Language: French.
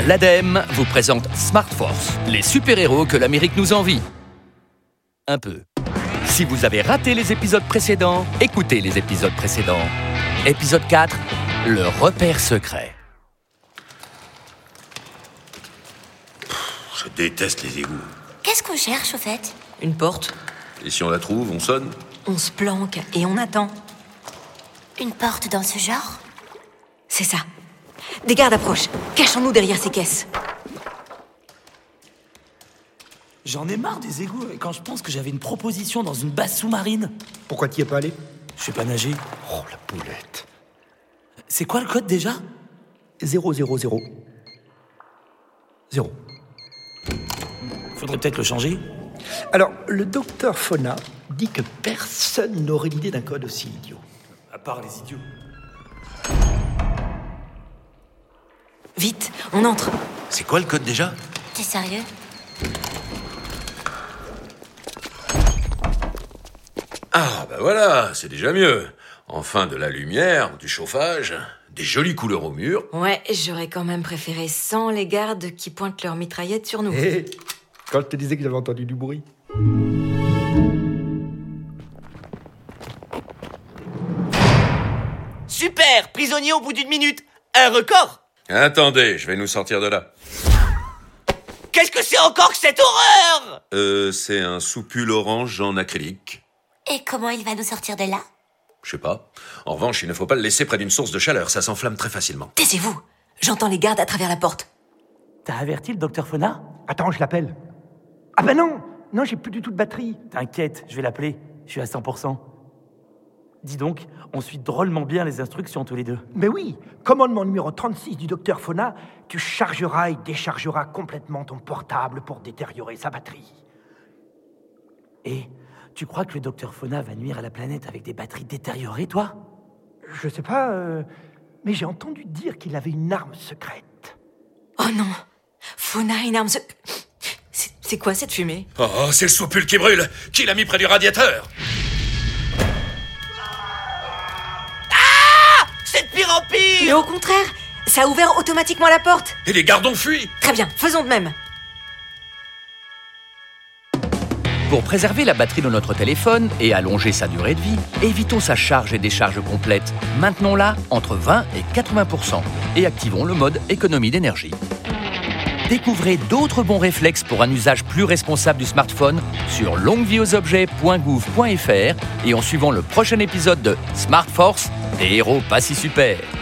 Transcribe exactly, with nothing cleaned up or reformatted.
l'A D E M vous présente Smart Force, les super-héros que l'Amérique nous envie. Un peu. Si vous avez raté les épisodes précédents, écoutez les épisodes précédents. Épisode quatre, le repère secret. Je déteste les égouts. Qu'est-ce qu'on cherche, au fait? Une porte. Et si on la trouve, on sonne? On se planque et on attend. Une porte dans ce genre? C'est ça. Des gardes approchent. Cachons-nous derrière ces caisses. J'en ai marre des égouts quand je pense que j'avais une proposition dans une base sous-marine. Pourquoi t'y es pas allé? Je sais pas nager. Oh, la poulette. C'est quoi le code déjà? Zéro, zéro, zéro. Zéro. Faudrait peut-être le changer. Alors, le docteur Fauna dit que personne n'aurait l'idée d'un code aussi idiot. À part les idiots. Vite, on entre. C'est quoi le code déjà? T'es sérieux? Ah, bah voilà, c'est déjà mieux. Enfin, de la lumière, du chauffage, des jolies couleurs au mur. Ouais, j'aurais quand même préféré sans les gardes qui pointent leurs mitraillettes sur nous. Hé, quand je te disais que j'avais entendu du bruit. Super! Prisonnier au bout d'une minute! Un record! Attendez, je vais nous sortir de là. Qu'est-ce que c'est encore que cette horreur? Euh, c'est un soupule orange en acrylique. Et comment il va nous sortir de là? Je sais pas. En revanche, il ne faut pas le laisser près d'une source de chaleur, ça s'enflamme très facilement. Taisez-vous. J'entends les gardes à travers la porte. T'as averti le docteur Fauna? Attends, je l'appelle. Ah ben non. Non, j'ai plus du tout de batterie. T'inquiète, je vais l'appeler. Je suis à cent pour cent. Dis donc, on suit drôlement bien les instructions tous les deux. Mais oui, commandement numéro trente-six du docteur Fauna, tu chargeras et déchargeras complètement ton portable pour détériorer sa batterie. Et tu crois que le docteur Fauna va nuire à la planète avec des batteries détériorées, toi? Je sais pas, euh, mais j'ai entendu dire qu'il avait une arme secrète. Oh non. Fauna, une arme... sec- C'est c'est quoi cette fumée? Oh, c'est le soupule qui brûle! Qui l'a mis près du radiateur? C'est de pire en pire! Mais au contraire, ça a ouvert automatiquement la porte. Et les gardes ont fui! Très bien, faisons de même. Pour préserver la batterie de notre téléphone et allonger sa durée de vie, évitons sa charge et décharge complète. Maintenons-la entre vingt et quatre-vingts pour cent et activons le mode économie d'énergie. Découvrez d'autres bons réflexes pour un usage plus responsable du smartphone sur longue vie aux objets point gouv point f r et en suivant le prochain épisode de Smart Force, des héros pas si super.